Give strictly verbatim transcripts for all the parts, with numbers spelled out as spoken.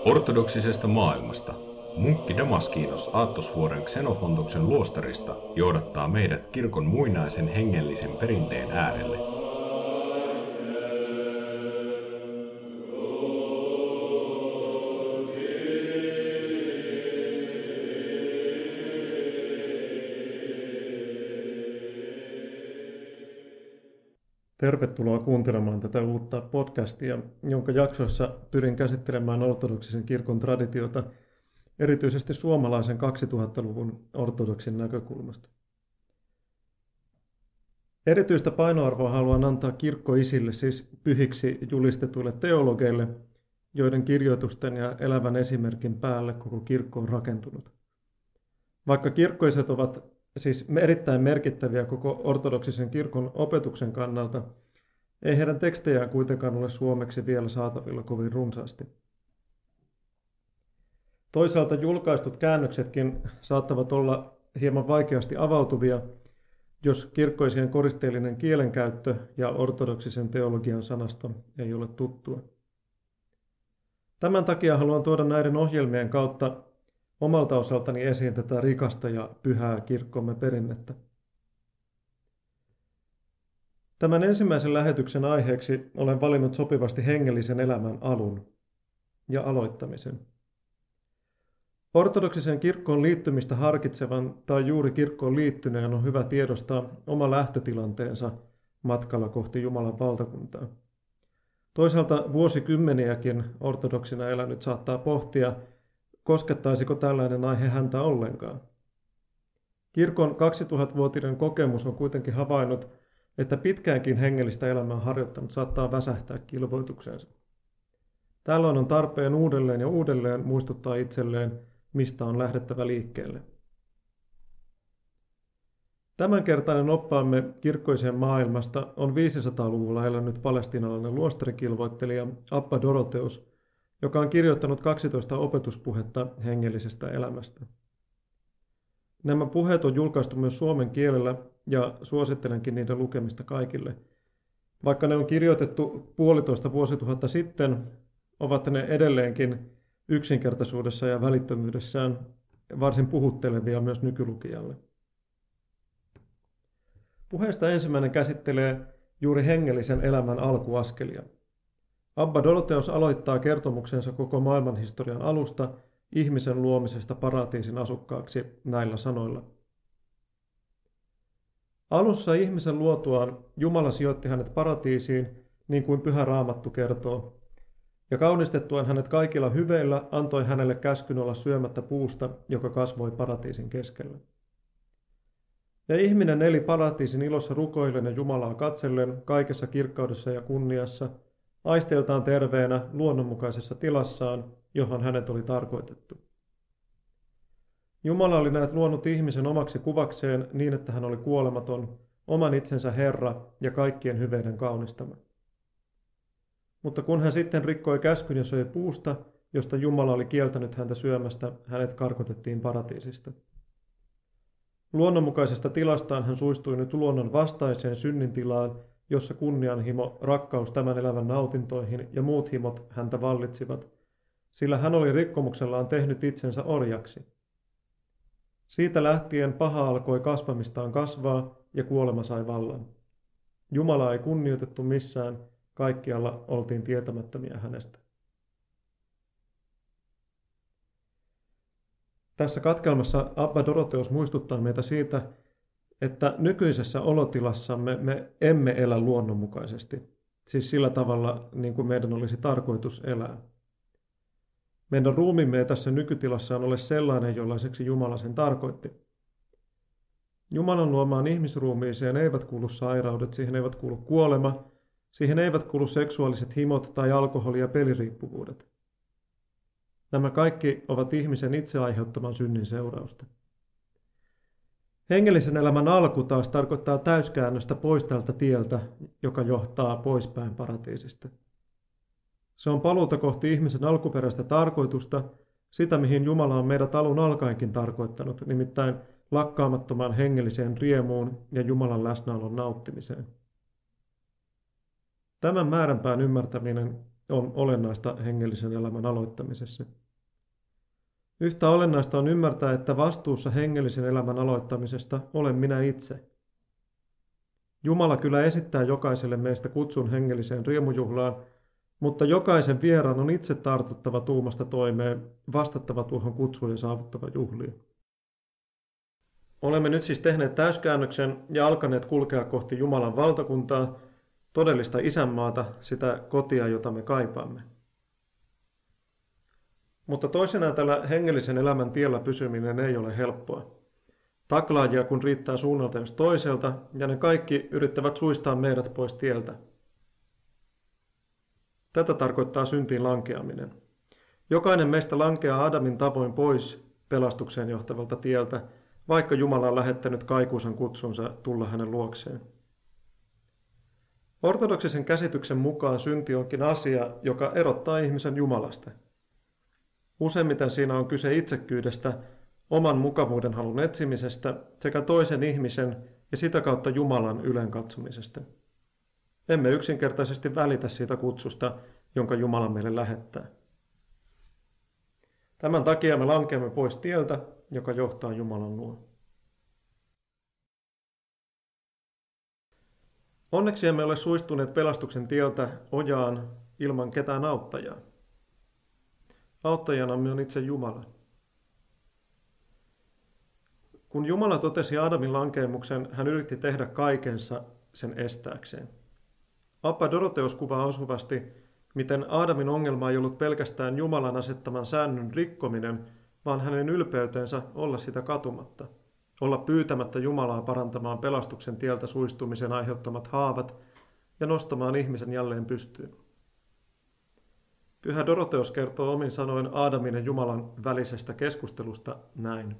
Ortodoksisesta maailmasta. Munkki Damaskinos Aattosvuoren Xenofontoksen luostarista johdattaa meidät kirkon muinaisen hengellisen perinteen äärelle. Tervetuloa kuuntelemaan tätä uutta podcastia, jonka jaksoissa pyrin käsittelemään ortodoksisen kirkon traditiota, erityisesti suomalaisen kaksituhattaluvun ortodoksin näkökulmasta. Erityistä painoarvoa haluan antaa kirkkoisille, siis pyhiksi julistetuille teologeille, joiden kirjoitusten ja elävän esimerkin päälle koko kirkko on rakentunut. Vaikka kirkkoiset ovat siis erittäin merkittäviä koko ortodoksisen kirkon opetuksen kannalta, ei heidän tekstejään kuitenkaan ole suomeksi vielä saatavilla kovin runsaasti. Toisaalta julkaistut käännöksetkin saattavat olla hieman vaikeasti avautuvia, jos kirkkoisien koristeellinen kielenkäyttö ja ortodoksisen teologian sanasto ei ole tuttua. Tämän takia haluan tuoda näiden ohjelmien kautta omalta osaltani esiin tätä rikasta ja pyhää kirkkomme perinnettä. Tämän ensimmäisen lähetyksen aiheeksi olen valinnut sopivasti hengellisen elämän alun ja aloittamisen. Ortodoksisen kirkkoon liittymistä harkitsevan tai juuri kirkkoon liittyneen on hyvä tiedostaa oma lähtötilanteensa matkalla kohti Jumalan valtakuntaa. Toisaalta vuosikymmeniäkin ortodoksina elänyt saattaa pohtia, koskettaisiko tällainen aihe häntä ollenkaan. Kirkon kaksituhattavuotinen kokemus on kuitenkin havainnut, että pitkäänkin hengellistä elämää harjoittanut saattaa väsähtää kilvoitukseensa. Tällöin on tarpeen uudelleen ja uudelleen muistuttaa itselleen, mistä on lähdettävä liikkeelle. Tämänkertainen oppaamme kirkkoiseen maailmasta on viisisataaluvulla elänyt palestiinalainen luostarikilvoittelija Abba Dorotheus, joka on kirjoittanut kaksitoista opetuspuhetta hengellisestä elämästä. Nämä puheet on julkaistu myös suomen kielellä ja suosittelenkin niiden lukemista kaikille. Vaikka ne on kirjoitettu puolitoista vuosituhatta sitten, ovat ne edelleenkin yksinkertaisuudessa ja välittömyydessään varsin puhuttelevia myös nykylukijalle. Puheesta ensimmäinen käsittelee juuri hengellisen elämän alkuaskelia. Abba Dorotheus aloittaa kertomuksensa koko maailmanhistorian alusta ihmisen luomisesta paratiisin asukkaaksi näillä sanoilla. Alussa ihmisen luotuaan Jumala sijoitti hänet paratiisiin, niin kuin Pyhä Raamattu kertoo, ja kaunistettuaan hänet kaikilla hyveillä antoi hänelle käskyn olla syömättä puusta, joka kasvoi paratiisin keskellä. Ja ihminen eli paratiisin ilossa rukoillen ja Jumalaa katsellen kaikessa kirkkaudessa ja kunniassa, aisteiltaan terveenä luonnonmukaisessa tilassaan, johon hänet oli tarkoitettu. Jumala oli näet luonut ihmisen omaksi kuvakseen niin, että hän oli kuolematon, oman itsensä Herra ja kaikkien hyveiden kaunistama. Mutta kun hän sitten rikkoi käskyn ja söi puusta, josta Jumala oli kieltänyt häntä syömästä, hänet karkotettiin paratiisista. Luonnonmukaisesta tilastaan hän suistui nyt luonnon vastaiseen synnintilaan, jossa kunnianhimo, rakkaus tämän elävän nautintoihin ja muut himot häntä vallitsivat, sillä hän oli rikkomuksellaan tehnyt itsensä orjaksi. Siitä lähtien paha alkoi kasvamistaan kasvaa ja kuolema sai vallan. Jumala ei kunnioitettu missään, kaikkialla oltiin tietämättömiä hänestä. Tässä katkelmassa Abba Dorotheus muistuttaa meitä siitä, että nykyisessä olotilassamme me emme elä luonnonmukaisesti, siis sillä tavalla niin kuin meidän olisi tarkoitus elää. Meidän ruumimme ei tässä nykytilassa ole sellainen, jollaiseksi Jumala sen tarkoitti. Jumalan luomaan ihmisruumiiseen eivät kuulu sairaudet, siihen eivät kuulu kuolema, siihen eivät kuulu seksuaaliset himot tai alkoholi- ja peliriippuvuudet. Nämä kaikki ovat ihmisen itse aiheuttaman synnin seurausta. Hengellisen elämän alku taas tarkoittaa täyskäännöstä pois tältä tieltä, joka johtaa poispäin paratiisista. Se on paluuta kohti ihmisen alkuperäistä tarkoitusta, sitä mihin Jumala on meidät alun alkaenkin tarkoittanut, nimittäin lakkaamattomaan hengelliseen riemuun ja Jumalan läsnäolon nauttimiseen. Tämän määränpään ymmärtäminen on olennaista hengellisen elämän aloittamisessa. Yhtä olennaista on ymmärtää, että vastuussa hengellisen elämän aloittamisesta olen minä itse. Jumala kyllä esittää jokaiselle meistä kutsun hengelliseen riemujuhlaan, mutta jokaisen vieraan on itse tartuttava tuumasta toimeen, vastattava tuohon kutsuun ja saavuttava juhliin. Olemme nyt siis tehneet täyskäännöksen ja alkaneet kulkea kohti Jumalan valtakuntaa, todellista isänmaata, sitä kotia, jota me kaipaamme. Mutta toisenaan tällä hengellisen elämän tiellä pysyminen ei ole helppoa. Taklaajia kun riittää suunnalta jos toiselta, ja ne kaikki yrittävät suistaa meidät pois tieltä. Tätä tarkoittaa syntiin lankeaminen. Jokainen meistä lankeaa Adamin tavoin pois pelastukseen johtavalta tieltä, vaikka Jumala on lähettänyt kaikuisan kutsunsa tulla hänen luokseen. Ortodoksisen käsityksen mukaan synti onkin asia, joka erottaa ihmisen Jumalasta. Useimmiten siinä on kyse itsekkyydestä, oman mukavuuden halun etsimisestä sekä toisen ihmisen ja sitä kautta Jumalan ylen katsomisesta. Emme yksinkertaisesti välitä siitä kutsusta, jonka Jumala meille lähettää. Tämän takia me lankeamme pois tieltä, joka johtaa Jumalan luo. Onneksi emme ole suistuneet pelastuksen tieltä ojaan ilman ketään auttajaa. Auttajanamme on itse Jumala. Kun Jumala totesi Adamin lankeemuksen, hän yritti tehdä kaikensa sen estääkseen. Appa Doroteos kuvaa osuvasti, miten Adamin ongelma ei ollut pelkästään Jumalan asettaman säännön rikkominen, vaan hänen ylpeytensä olla sitä katumatta, olla pyytämättä Jumalaa parantamaan pelastuksen tieltä suistumisen aiheuttamat haavat ja nostamaan ihmisen jälleen pystyyn. Pyhä Doroteos kertoo omin sanoin Adamin ja Jumalan välisestä keskustelusta näin.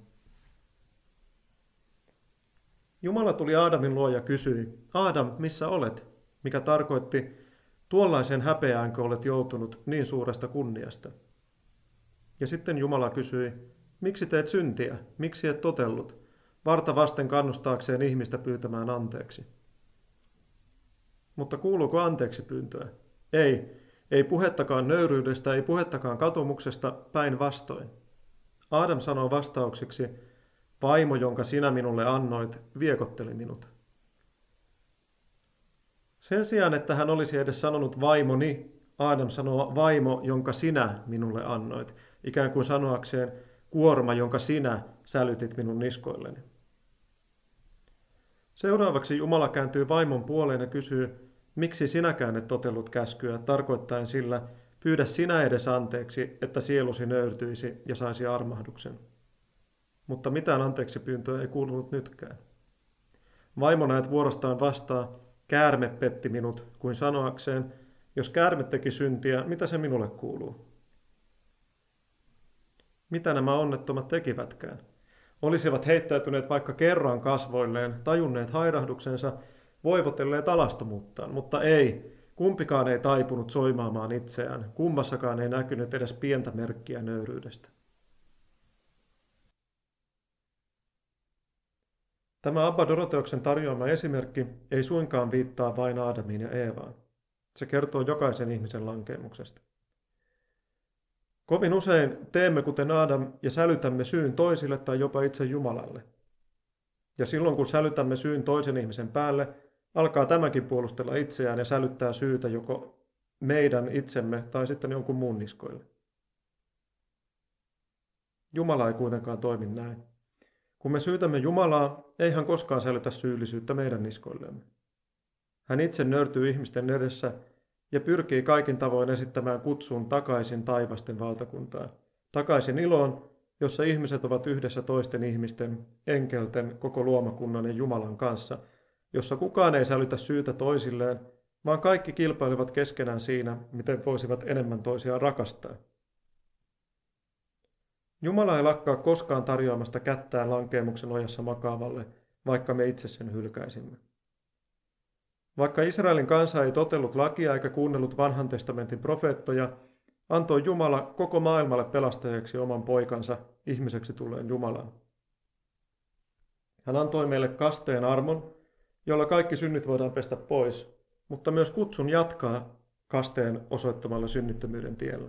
Jumala tuli Adamin luo ja kysyi, Adam, missä olet? Mikä tarkoitti, tuollaisen häpeäänkö olet joutunut niin suuresta kunniasta? Ja sitten Jumala kysyi, miksi teet syntiä, miksi et totellut, varta vasten kannustaakseen ihmistä pyytämään anteeksi. Mutta kuuluuko anteeksi pyyntöä? Ei, ei puhettakaan nöyryydestä, ei puhettakaan katumuksesta, päinvastoin. Adam sanoo vastaukseksi, vaimo, jonka sinä minulle annoit, viekotteli minut. Sen sijaan, että hän olisi edes sanonut vaimoni, Adam sanoo vaimo, jonka sinä minulle annoit, ikään kuin sanoakseen kuorma, jonka sinä sälytit minun niskoilleni. Seuraavaksi Jumala kääntyy vaimon puoleen ja kysyy, miksi sinäkään et totellut käskyä, tarkoittaen sillä, pyydä sinä edes anteeksi, että sielusi nöyrtyisi ja saisi armahduksen. Mutta mitään anteeksi pyyntöä ei kuulunut nytkään. Vaimo näet vuorostaan vastaa, käärme petti minut, kuin sanoakseen, jos käärme teki syntiä, mitä se minulle kuuluu? Mitä nämä onnettomat tekivätkään? Olisivat heittäytyneet vaikka kerran kasvoilleen, tajunneet hairahduksensa, voivotelleet alastomuuttaan, mutta ei, kumpikaan ei taipunut soimaamaan itseään, kummassakaan ei näkynyt edes pientä merkkiä nöyryydestä. Tämä Abba Doroteoksen tarjoama esimerkki ei suinkaan viittaa vain Aadamiin ja Eevaan. Se kertoo jokaisen ihmisen lankeemuksesta. Kovin usein teemme kuten Aadam ja sälytämme syyn toisille tai jopa itse Jumalalle. Ja silloin kun sälytämme syyn toisen ihmisen päälle, alkaa tämäkin puolustella itseään ja sälyttää syytä joko meidän itsemme tai sitten jonkun muun niskoille. Jumala ei kuitenkaan toimi näin. Kun me syytämme Jumalaa, ei hän koskaan sälytä syyllisyyttä meidän niskoillemme. Hän itse nöyrtyy ihmisten edessä ja pyrkii kaikin tavoin esittämään kutsun takaisin taivasten valtakuntaan, takaisin iloon, jossa ihmiset ovat yhdessä toisten ihmisten, enkelten, koko luomakunnan ja Jumalan kanssa, jossa kukaan ei sälytä syytä toisilleen, vaan kaikki kilpailevat keskenään siinä, miten voisivat enemmän toisiaan rakastaa. Jumala ei lakkaa koskaan tarjoamasta kättään lankeemuksen ojassa makaavalle, vaikka me itse sen hylkäisimme. Vaikka Israelin kansa ei totellut lakia eikä kuunnellut vanhan testamentin profeettoja, antoi Jumala koko maailmalle pelastajaksi oman poikansa, ihmiseksi tulleen Jumalan. Hän antoi meille kasteen armon, jolla kaikki synnit voidaan pestä pois, mutta myös kutsun jatkaa kasteen osoittamalla synnittömyyden tiellä.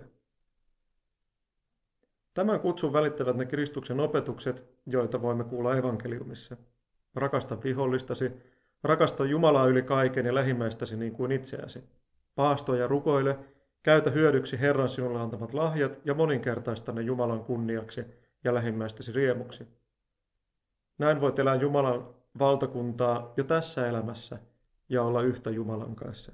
Tämän kutsun välittävät ne Kristuksen opetukset, joita voimme kuulla evankeliumissa. Rakasta vihollistasi, rakasta Jumalaa yli kaiken ja lähimmäistäsi niin kuin itseäsi. Paasto ja rukoile, käytä hyödyksi Herran sinulle antamat lahjat ja moninkertaista ne Jumalan kunniaksi ja lähimmäistäsi riemuksi. Näin voit elää Jumalan valtakuntaa jo tässä elämässä ja olla yhtä Jumalan kanssa.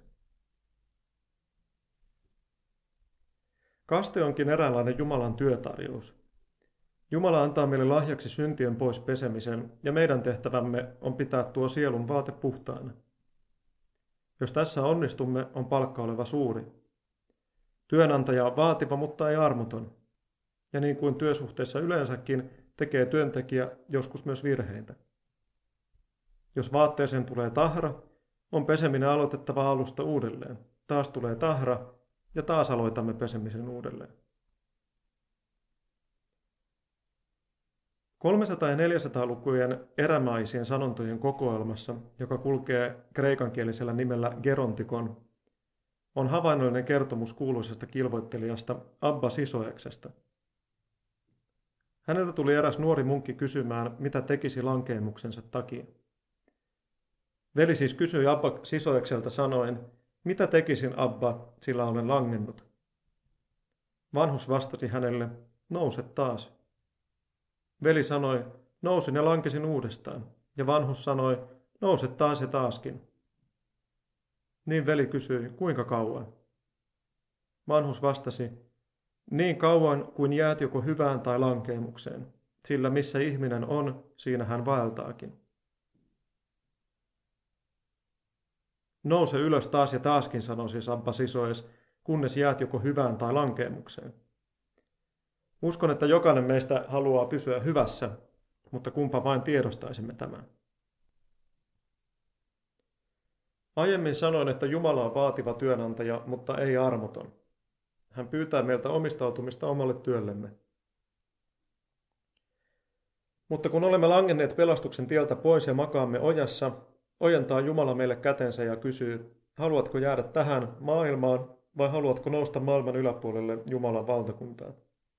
Kaste onkin eräänlainen Jumalan työtarjous. Jumala antaa meille lahjaksi syntien pois pesemisen, ja meidän tehtävämme on pitää tuo sielun vaate puhtaana. Jos tässä onnistumme, on palkka oleva suuri. Työnantaja on vaativa, mutta ei armoton. Ja niin kuin työsuhteessa yleensäkin, tekee työntekijä joskus myös virheitä. Jos vaatteeseen tulee tahra, on peseminen aloitettava alusta uudelleen. Taas tulee tahra, ja taas aloitamme pesemisen uudelleen. kolmesataa- ja neljäsataa-lukujen erämaisien sanontojen kokoelmassa, joka kulkee kreikankielisellä nimellä Gerontikon, on havainnollinen kertomus kuuluisesta kilvoittelijasta Abba Sisoeksesta. Häneltä tuli eräs nuori munkki kysymään, mitä tekisi lankeemuksensa takia. Veli siis kysyi Abba Sisoekselta sanoen, mitä tekisin, Abba, sillä olen langennut. Vanhus vastasi hänelle, nouse taas. Veli sanoi, nousin ja lankesin uudestaan, ja vanhus sanoi, nouse taas ja taaskin. Niin veli kysyi, kuinka kauan? Vanhus vastasi, niin kauan kuin jäät joko hyvään tai lankeemukseen, sillä missä ihminen on, siinä hän vaeltaakin. Nouse ylös taas ja taaskin, sanoi siis Abba Sisoes, kunnes jäät joko hyvään tai lankeemukseen. Uskon, että jokainen meistä haluaa pysyä hyvässä, mutta kumpa vain tiedostaisimme tämän. Aiemmin sanoin, että Jumala on vaativa työnantaja, mutta ei armoton. Hän pyytää meiltä omistautumista omalle työllemme. Mutta kun olemme langenneet pelastuksen tieltä pois ja makaamme ojassa, ojentaa Jumala meille kätensä ja kysyy, haluatko jäädä tähän maailmaan vai haluatko nousta maailman yläpuolelle Jumalan valtakuntaan?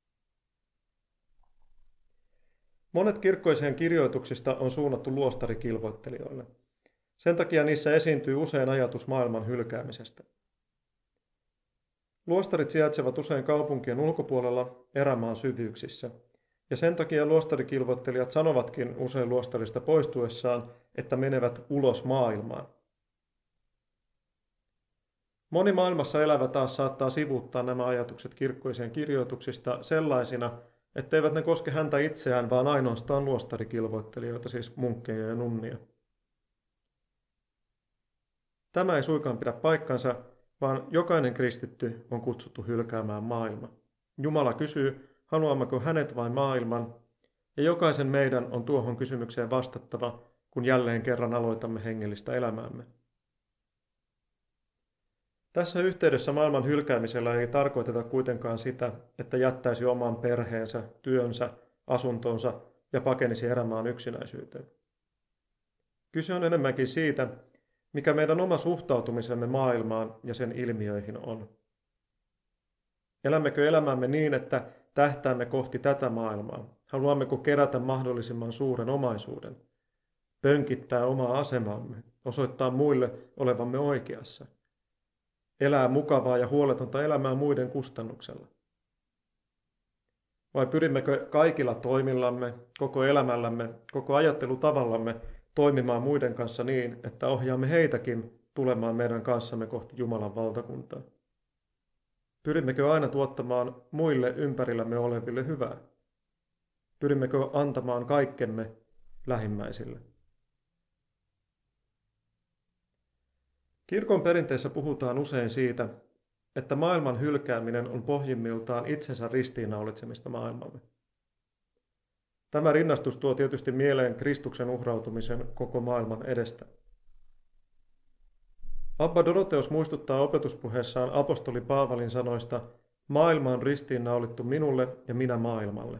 Monet kirkkoisien kirjoituksista on suunnattu luostarikilvoittelijoille. Sen takia niissä esiintyy usein ajatus maailman hylkäämisestä. Luostarit sijaitsevat usein kaupunkien ulkopuolella erämaan syvyyksissä, ja sen takia luostarikilvoittelijat sanovatkin usein luostarista poistuessaan, että menevät ulos maailmaan. Moni maailmassa elävä taas saattaa sivuuttaa nämä ajatukset kirkkoisien kirjoituksista sellaisina, etteivät ne koske häntä itseään, vaan ainoastaan luostarikilvoittelijoita, siis munkkeja ja nunnia. Tämä ei suinkaan pidä paikkansa, vaan jokainen kristitty on kutsuttu hylkäämään maailma. Jumala kysyy, haluammeko hänet vai maailman, ja jokaisen meidän on tuohon kysymykseen vastattava, kun jälleen kerran aloitamme hengellistä elämäämme. Tässä yhteydessä maailman hylkäämisellä ei tarkoiteta kuitenkaan sitä, että jättäisi oman perheensä, työnsä, asuntonsa ja pakenisi erämaan yksinäisyyteen. Kyse on enemmänkin siitä, mikä meidän oma suhtautumisemme maailmaan ja sen ilmiöihin on. Elämmekö elämämme niin, että tähtäämme kohti tätä maailmaa? Haluammeko kerätä mahdollisimman suuren omaisuuden? Pönkittää omaa asemamme, osoittaa muille olevamme oikeassa? Elää mukavaa ja huoletonta elämää muiden kustannuksella? Vai pyrimmekö kaikilla toimillamme, koko elämällämme, koko ajattelutavallamme toimimaan muiden kanssa niin, että ohjaamme heitäkin tulemaan meidän kanssamme kohti Jumalan valtakuntaa? Pyrimmekö aina tuottamaan muille ympärillämme oleville hyvää? Pyrimmekö antamaan kaikkemme lähimmäisille? Kirkon perinteessä puhutaan usein siitä, että maailman hylkääminen on pohjimmiltaan itsensä ristiinnaulitsemista maailmalle. Tämä rinnastus tuo tietysti mieleen Kristuksen uhrautumisen koko maailman edestä. Abba Doroteos muistuttaa opetuspuheessaan apostoli Paavalin sanoista, maailma on ristiinnaulittu minulle ja minä maailmalle.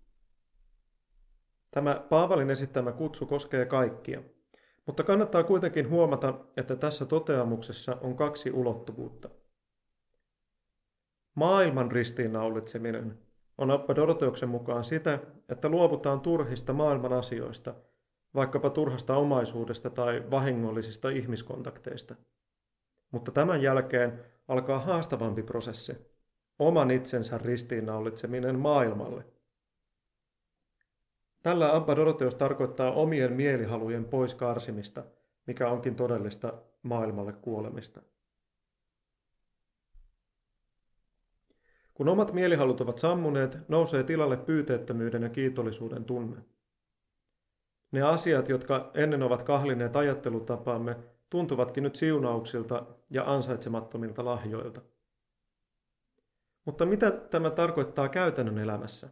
Tämä Paavalin esittämä kutsu koskee kaikkia, mutta kannattaa kuitenkin huomata, että tässä toteamuksessa on kaksi ulottuvuutta. Maailman ristiinnaulitseminen on Abba Doroteoksen mukaan sitä, että luovutaan turhista maailman asioista, vaikkapa turhasta omaisuudesta tai vahingollisista ihmiskontakteista. Mutta tämän jälkeen alkaa haastavampi prosessi, oman itsensä ristiinnaulitseminen maailmalle. Tällä Abba Doroteos tarkoittaa omien mielihalujen pois karsimista, mikä onkin todellista maailmalle kuolemista. Kun omat mielihalut ovat sammuneet, nousee tilalle pyyteettömyyden ja kiitollisuuden tunne. Ne asiat, jotka ennen ovat kahlineet ajattelutapaamme, tuntuvatkin nyt siunauksilta ja ansaitsemattomilta lahjoilta. Mutta mitä tämä tarkoittaa käytännön elämässä?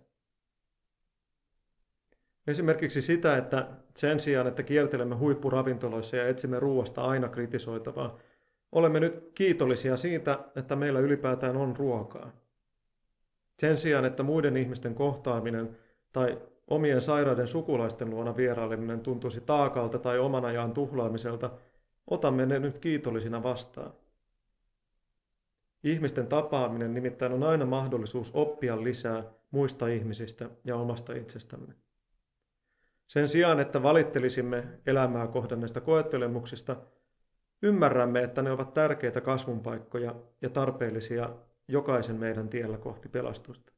Esimerkiksi sitä, että sen sijaan, että kiertelemme huippuravintoloissa ja etsimme ruoasta aina kritisoitavaa, olemme nyt kiitollisia siitä, että meillä ylipäätään on ruokaa. Sen sijaan, että muiden ihmisten kohtaaminen tai omien sairaiden sukulaisten luona vieraileminen tuntuisi taakalta tai oman ajan tuhlaamiselta, otamme ne nyt kiitollisina vastaan. Ihmisten tapaaminen nimittäin on aina mahdollisuus oppia lisää muista ihmisistä ja omasta itsestämme. Sen sijaan, että valittelisimme elämää kohdanneista koettelemuksista, ymmärrämme, että ne ovat tärkeitä kasvunpaikkoja ja tarpeellisia jokaisen meidän tiellä kohti pelastusta.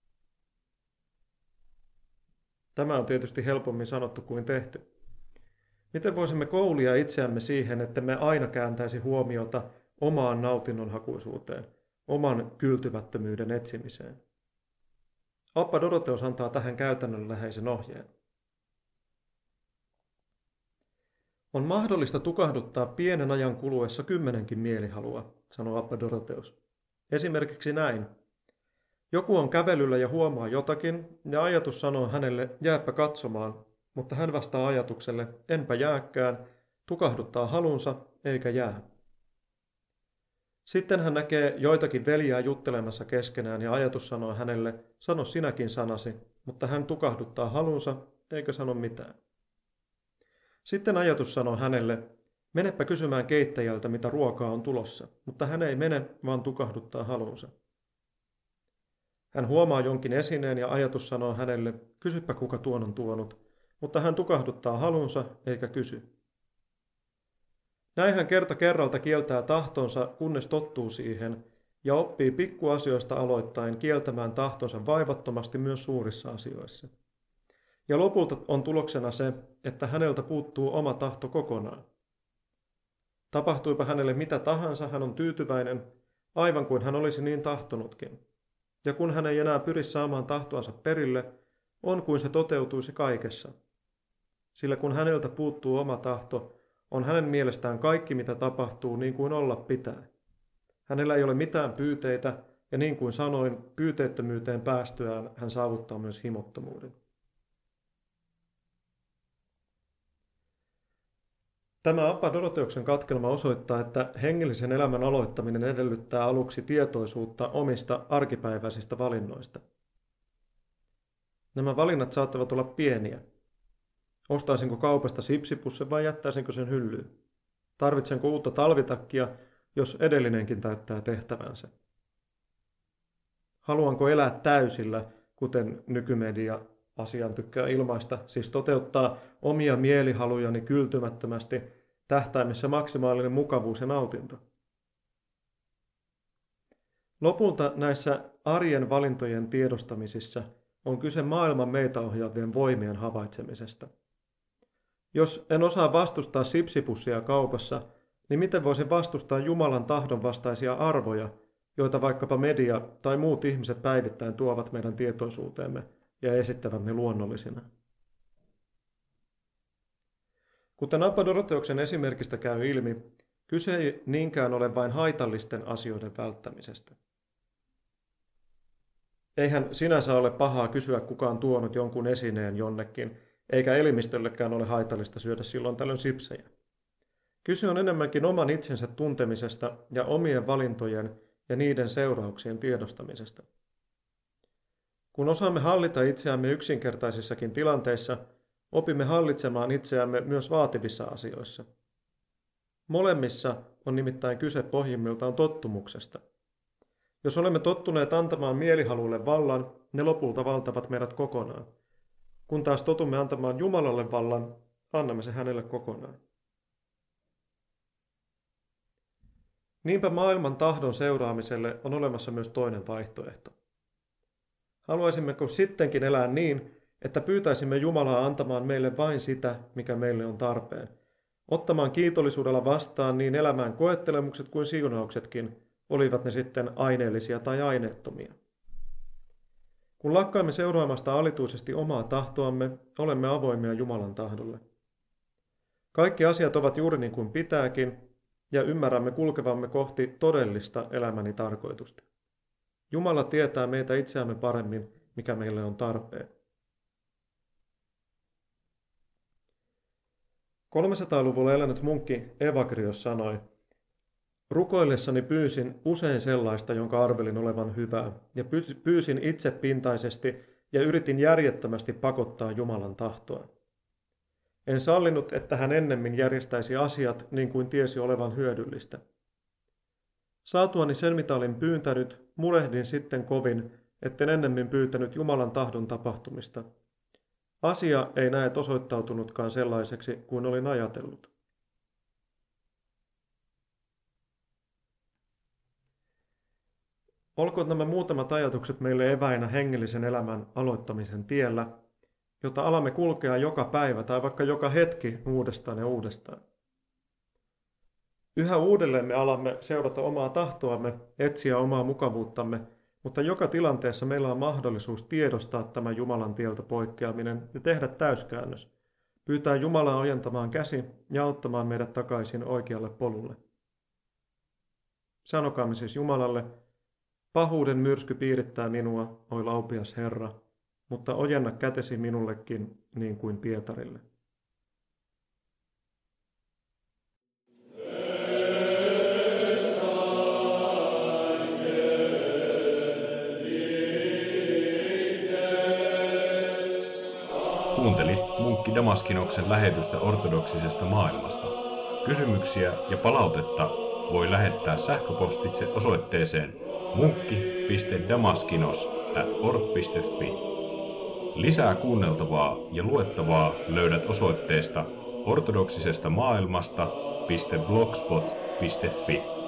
Tämä on tietysti helpommin sanottu kuin tehty. Miten voisimme koulia itseämme siihen, että me aina kääntäisi huomiota omaan nautinnonhakuisuuteen, oman kyltymättömyyden etsimiseen? Abba Doroteos antaa tähän käytännönläheisen ohjeen. On mahdollista tukahduttaa pienen ajan kuluessa kymmenenkin mielihalua, sanoo Abba Doroteos. Esimerkiksi näin. Joku on kävelyllä ja huomaa jotakin, ja ajatus sanoo hänelle, jääpä katsomaan, mutta hän vastaa ajatukselle, enpä jääkään, tukahduttaa halunsa, eikä jää. Sitten hän näkee joitakin veljää juttelemassa keskenään, ja ajatus sanoo hänelle, sano sinäkin sanasi, mutta hän tukahduttaa halunsa, eikä sano mitään. Sitten ajatus sanoo hänelle, menepä kysymään keittäjältä, mitä ruokaa on tulossa, mutta hän ei mene, vaan tukahduttaa halunsa. Hän huomaa jonkin esineen ja ajatus sanoo hänelle, kysypä kuka tuon on tuonut, mutta hän tukahduttaa halunsa eikä kysy. Näin hän kerta kerralta kieltää tahtonsa, kunnes tottuu siihen, ja oppii pikkuasioista aloittain kieltämään tahtonsa vaivattomasti myös suurissa asioissa. Ja lopulta on tuloksena se, että häneltä puuttuu oma tahto kokonaan. Tapahtuipa hänelle mitä tahansa, hän on tyytyväinen, aivan kuin hän olisi niin tahtonutkin. Ja kun hän ei enää pyri saamaan tahtoansa perille, on kuin se toteutuisi kaikessa. Sillä kun häneltä puuttuu oma tahto, on hänen mielestään kaikki mitä tapahtuu niin kuin olla pitää. Hänellä ei ole mitään pyyteitä, ja niin kuin sanoin, pyyteettömyyteen päästyään hän saavuttaa myös himottomuuden. Tämä Abba Doroteoksen katkelma osoittaa, että hengellisen elämän aloittaminen edellyttää aluksi tietoisuutta omista arkipäiväisistä valinnoista. Nämä valinnat saattavat olla pieniä. Ostaisinko kaupasta sipsipussin vai jättäisinkö sen hyllyyn? Tarvitsenko uutta talvitakkia, jos edellinenkin täyttää tehtävänsä? Haluanko elää täysillä, kuten nykymedia asian tykkää ilmaista, siis toteuttaa omia mielihalujani kyltymättömästi, tähtäimessä maksimaalinen mukavuus ja nautinto? Lopulta näissä arjen valintojen tiedostamisissa on kyse maailman meitä ohjaavien voimien havaitsemisesta. Jos en osaa vastustaa sipsipussia kaupassa, niin miten voisin vastustaa Jumalan tahdon vastaisia arvoja, joita vaikkapa media tai muut ihmiset päivittäin tuovat meidän tietoisuuteemme ja esittävät ne luonnollisina? Kuten Abba Doroteoksen esimerkistä käy ilmi, kyse ei niinkään ole vain haitallisten asioiden välttämisestä. Eihän sinänsä ole pahaa kysyä, kuka on tuonut jonkun esineen jonnekin, eikä elimistöllekään ole haitallista syödä silloin tällöin sipsejä. Kyse on enemmänkin oman itsensä tuntemisesta ja omien valintojen ja niiden seurauksien tiedostamisesta. Kun osaamme hallita itseämme yksinkertaisissakin tilanteissa, opimme hallitsemaan itseämme myös vaativissa asioissa. Molemmissa on nimittäin kyse pohjimmiltaan tottumuksesta. Jos olemme tottuneet antamaan mielihaluille vallan, ne lopulta valtavat meidät kokonaan. Kun taas totumme antamaan Jumalalle vallan, annamme se hänelle kokonaan. Niinpä maailman tahdon seuraamiselle on olemassa myös toinen vaihtoehto. Haluaisimmeko sittenkin elää niin, että pyytäisimme Jumalaa antamaan meille vain sitä, mikä meille on tarpeen, ottamaan kiitollisuudella vastaan niin elämään koettelemukset kuin siunauksetkin, olivat ne sitten aineellisia tai aineettomia. Kun lakkaamme seuraamasta alituisesti omaa tahtoamme, olemme avoimia Jumalan tahdolle. Kaikki asiat ovat juuri niin kuin pitääkin, ja ymmärrämme kulkevamme kohti todellista elämäni tarkoitusta. Jumala tietää meitä itseämme paremmin, mikä meille on tarpeen. kolmesataaluvulla elänyt munkki Evagrios sanoi, rukoillessani pyysin usein sellaista, jonka arvelin olevan hyvää, ja pyysin itsepintaisesti ja yritin järjettömästi pakottaa Jumalan tahtoa. En sallinut, että hän ennemmin järjestäisi asiat niin kuin tiesi olevan hyödyllistä. Saatuani sen, mitä olin pyyntänyt, murehdin sitten kovin, etten ennemmin pyytänyt Jumalan tahdon tapahtumista. Asia ei näet osoittautunutkaan sellaiseksi kuin olin ajatellut. Olkoot nämä muutamat ajatukset meille eväinä hengellisen elämän aloittamisen tiellä, jota alamme kulkea joka päivä tai vaikka joka hetki uudestaan ja uudestaan. Yhä uudelleen me alamme seurata omaa tahtoamme, etsiä omaa mukavuuttamme, mutta joka tilanteessa meillä on mahdollisuus tiedostaa tämä Jumalan tieltä poikkeaminen ja tehdä täyskäännös, pyytää Jumalaa ojentamaan käsi ja auttamaan meidät takaisin oikealle polulle. Sanokaamme siis Jumalalle, pahuuden myrsky piirittää minua, oi laupias Herra, mutta ojenna kätesi minullekin niin kuin Pietarille. Kuuntelit munkki Damaskinoksen lähetystä ortodoksisesta maailmasta. Kysymyksiä ja palautetta voi lähettää sähköpostitse osoitteeseen munkki piste damaskinos ät org piste fi. Lisää kuunneltavaa ja luettavaa löydät osoitteesta ortodoksisesta maailmasta piste blogspot piste fi.